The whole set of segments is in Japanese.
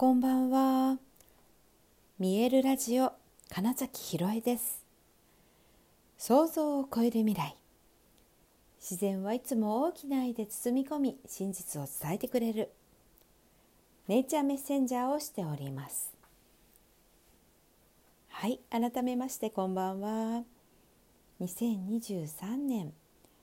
こんばんは。見えるラジオ金崎ひろえです。想像を超える未来。自然はいつも大きな愛で包み込み、真実を伝えてくれるネイチャーメッセンジャーをしております。はい、改めましてこんばんは。2023年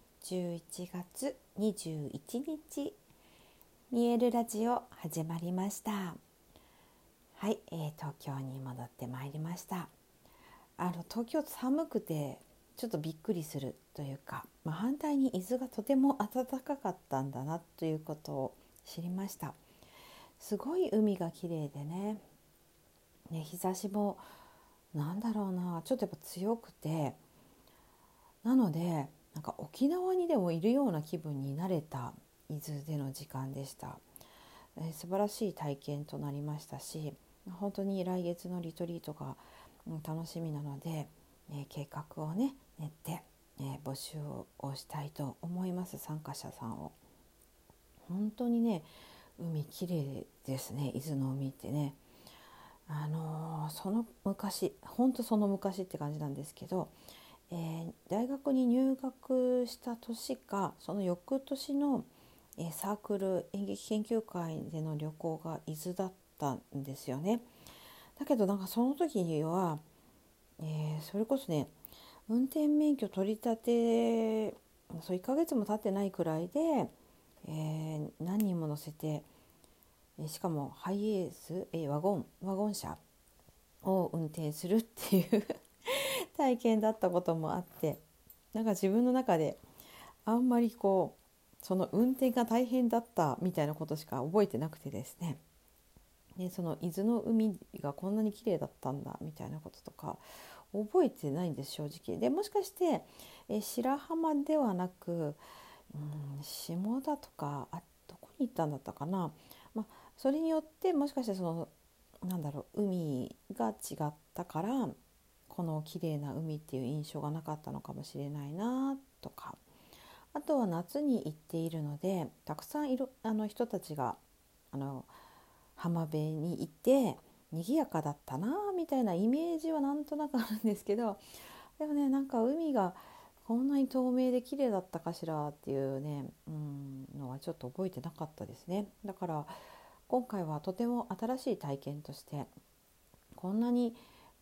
11月21日、見えるラジオ始まりました。はい、東京に戻ってまいりました。東京寒くてちょっとびっくりするというか、反対に伊豆がとても暖かかったんだなということを知りました。すごい海が綺麗でね、日差しもなんだろうな、ちょっとやっぱ強くて、なのでなんか沖縄にでもいるような気分になれた伊豆での時間でした。素晴らしい体験となりましたし、本当に来月のリトリートが楽しみなので、計画をね練って、募集をしたいと思います。参加者さんを。本当にね、海きれいですね、伊豆の海ってね。その昔、本当その昔って感じなんですけど、大学に入学した年かその翌年のサークル演劇研究会での旅行が伊豆だったんですよね。だけどなんかその時には、それこそね、運転免許取り立てそう1ヶ月も経ってないくらいで、何人も乗せて、しかもハイエース、ワゴン車を運転するっていう体験だったこともあって、なんか自分の中であんまりその運転が大変だったみたいなことしか覚えてなくてですね。でその伊豆の海がこんなに綺麗だったんだみたいなこととか覚えてないんです、正直。でもしかして、白浜ではなく、下田とかどこに行ったんだったかな、それによってもしかして海が違ったからこの綺麗な海っていう印象がなかったのかもしれないなとか、あとは夏に行っているのでたくさん人たちが浜辺にいて賑やかだったなみたいなイメージはなんとなくあるんですけど、でもね、なんか海がこんなに透明で綺麗だったかしらっていうね、のはちょっと覚えてなかったですね。だから今回はとても新しい体験として、こんなに、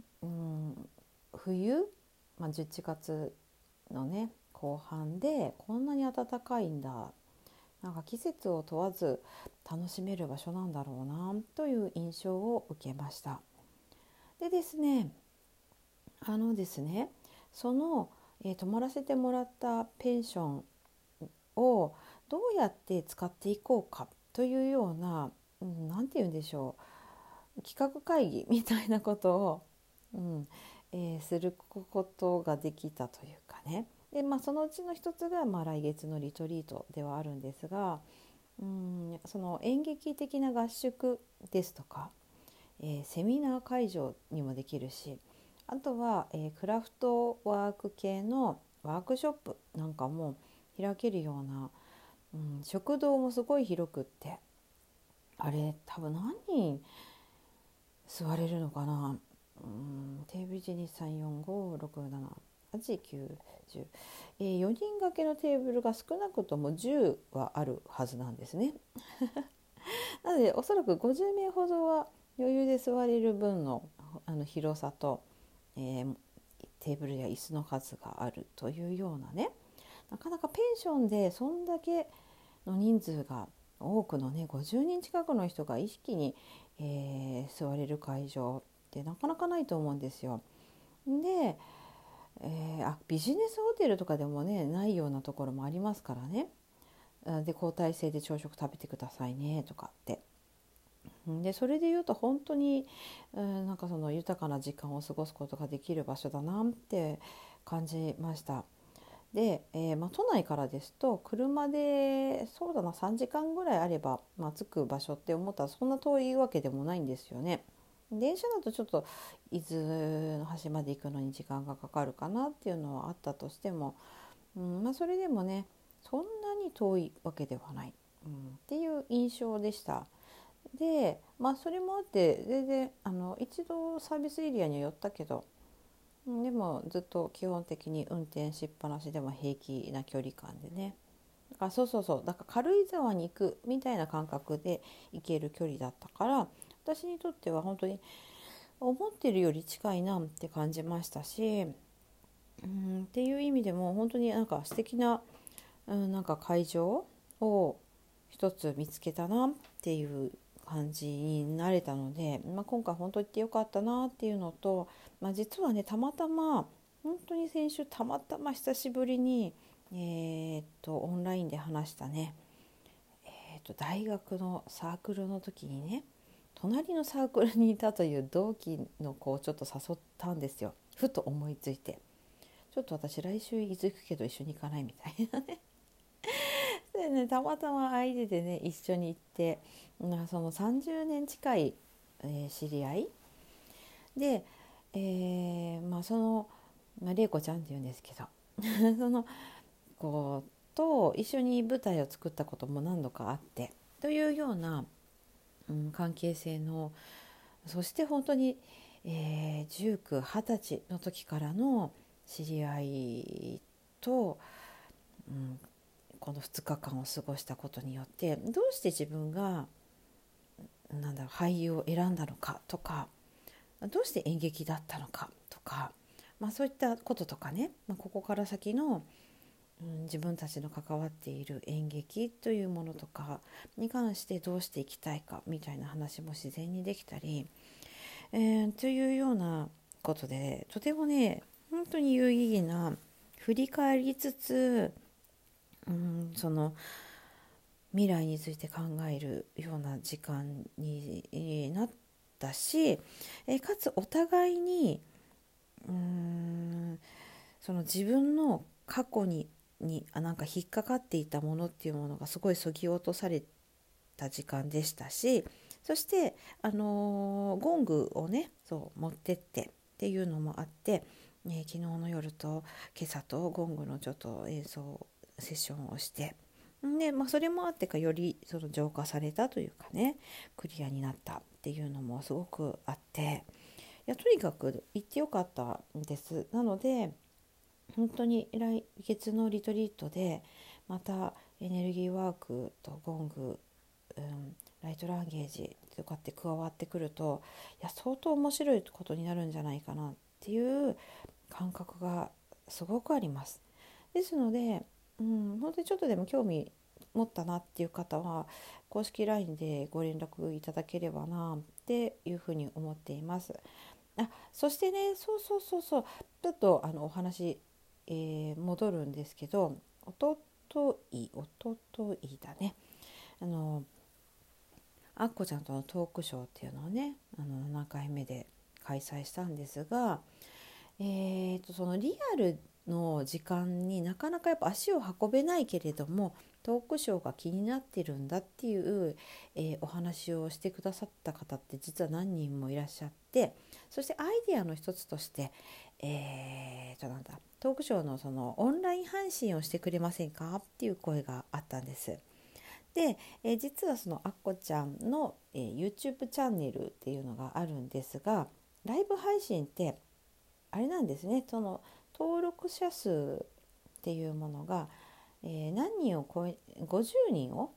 冬、11月のね後半でこんなに暖かいんだ、なんか季節を問わず楽しめる場所なんだろうなという印象を受けました。でですね、その、泊まらせてもらったペンションをどうやって使っていこうかというような、なんて言うんでしょう、企画会議みたいなことを、することができたというかね。で、そのうちの一つが、来月のリトリートではあるんですが、その演劇的な合宿ですとか、セミナー会場にもできるし、あとは、クラフトワーク系のワークショップなんかも開けるような、食堂もすごい広くって、あれ多分何人座れるのかな、テーブル12345678910、4人掛けのテーブルが少なくとも10はあるはずなんですね。なのでおそらく50名ほどは余裕で座れる分の、広さと、テーブルや椅子の数があるというようなね、なかなかペンションでそんだけの人数が多くのね50人近くの人が一気に、座れる会場ってなかなかないと思うんですよ。で、ビジネスホテルとかでもねないようなところもありますからね。で交代制で朝食食べてくださいねとかって。でそれで言うと本当に、なんかその豊かな時間を過ごすことができる場所だなって感じました。で、都内からですと車でそうだな3時間ぐらいあれば、着く場所って思ったらそんな遠いわけでもないんですよね。電車だとちょっと伊豆の端まで行くのに時間がかかるかなっていうのはあったとしても、それでもねそんなに遠いわけではない、っていう印象でした。 で、それもあって全然一度サービスエリアには寄ったけど、でもずっと基本的に運転しっぱなしでも平気な距離感でね、だからそうだから軽井沢に行くみたいな感覚で行ける距離だったから、私にとっては本当に思ってるより近いなって感じましたし、っていう意味でも本当になんか素敵な、なんか会場を一つ見つけたなっていう感じになれたので、今回本当に行ってよかったなっていうのと、実はねたまたま本当に先週たまたま久しぶりに、オンラインで話したね、大学のサークルの時にね、隣のサークルにいたという同期の子をちょっと誘ったんですよ。ふと思いついて、ちょっと私来週伊豆行くけど一緒に行かないみたいなねでね、たまたま相手でね一緒に行って、その30年近い、知り合いで、その、玲子ちゃんって言うんですけどその子と一緒に舞台を作ったことも何度かあってというような、関係性の、そして本当に、19、20歳の時からの知り合いと、この2日間を過ごしたことによって、どうして自分が俳優を選んだのかとか、どうして演劇だったのかとか、そういったこととかね、ここから先の、自分たちの関わっている演劇というものとかに関してどうしていきたいかみたいな話も自然にできたり、というようなことで、とてもね本当に有意義な、振り返りつつ、その未来について考えるような時間になったし、かつお互いにその自分の過去になんか引っかかっていたものっていうものがすごい削ぎ落とされた時間でしたし、そして、ゴングをね持ってってっていうのもあって、昨日の夜と今朝とゴングのちょっと演奏セッションをして、で、それもあってかよりその浄化されたというかね、クリアになったっていうのもすごくあって、いやとにかく行ってよかったんです。なので本当に来月のリトリートでまたエネルギーワークとゴング、ライトランゲージとかって加わってくると、いや相当面白いことになるんじゃないかなっていう感覚がすごくあります。ですので、本当にちょっとでも興味持ったなっていう方は公式 LINE でご連絡いただければなっていうふうに思っています。そしてね、そうちょっとお話、戻るんですけど、おとといだね、あっこちゃんとのトークショーっていうのをね7回目で開催したんですが、そのリアルの時間になかなかやっぱ足を運べないけれどもトークショーが気になってるんだっていう、お話をしてくださった方って実は何人もいらっしゃって、そしてアイデアの一つとして、トークショーのそのオンライン配信をしてくれませんかっていう声があったんです。で、実はそのあっこちゃんの、YouTube チャンネルっていうのがあるんですが、ライブ配信ってあれなんですね、その登録者数っていうものが、何人を超え50人を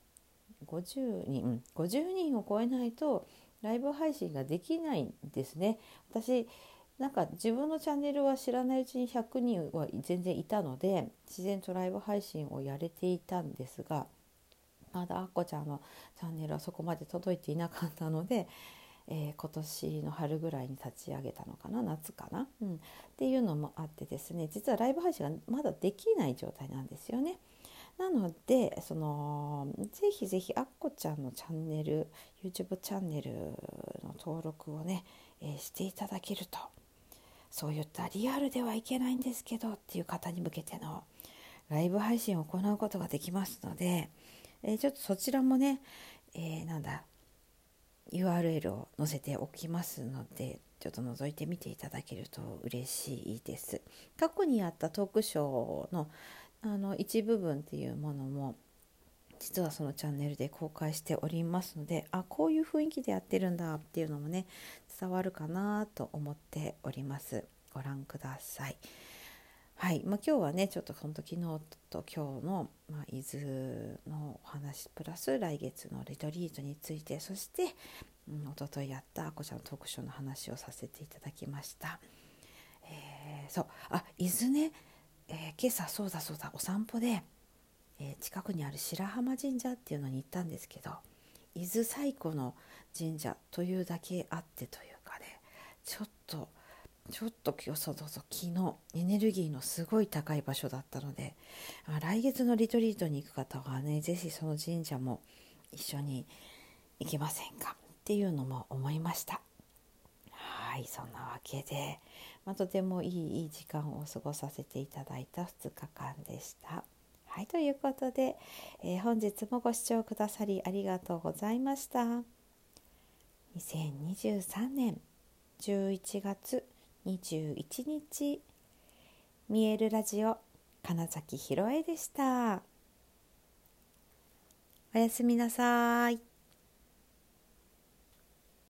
50人を超えないとライブ配信ができないんですね。私なんか自分のチャンネルは知らないうちに100人は全然いたので自然とライブ配信をやれていたんですが、まだあっこちゃんのチャンネルはそこまで届いていなかったので、今年の春ぐらいに立ち上げたのかな、夏かな、っていうのもあってですね、実はライブ配信がまだできない状態なんですよね。なのでぜひぜひあっこちゃんのチャンネル YouTube チャンネルの登録をね、していただけると、そういったリアルではいけないんですけどっていう方に向けてのライブ配信を行うことができますので、ちょっとそちらもね、URL を載せておきますので、ちょっと覗いてみていただけると嬉しいです。過去にあったトークショーの一部分っていうものも実はそのチャンネルで公開しておりますので、こういう雰囲気でやってるんだっていうのもね伝わるかなと思っております。ご覧ください。はい、今日はねちょっとその昨日と今日の、伊豆のお話プラス来月のリトリートについて、そして、一昨日やったあこちゃんのトークショーの話をさせていただきました。伊豆ね、今朝そうだお散歩で、近くにある白浜神社っていうのに行ったんですけど、伊豆最古の神社というだけあってというかね、ちょっと今日昨日エネルギーのすごい高い場所だったので、来月のリトリートに行く方はねぜひその神社も一緒に行けませんかっていうのも思いました。はい、そんなわけで、とてもいい時間を過ごさせていただいた2日間でした。はい、ということで、本日もご視聴くださりありがとうございました。2023年11月21日、見えるラジオ金崎ひろえでした。おやすみなさい。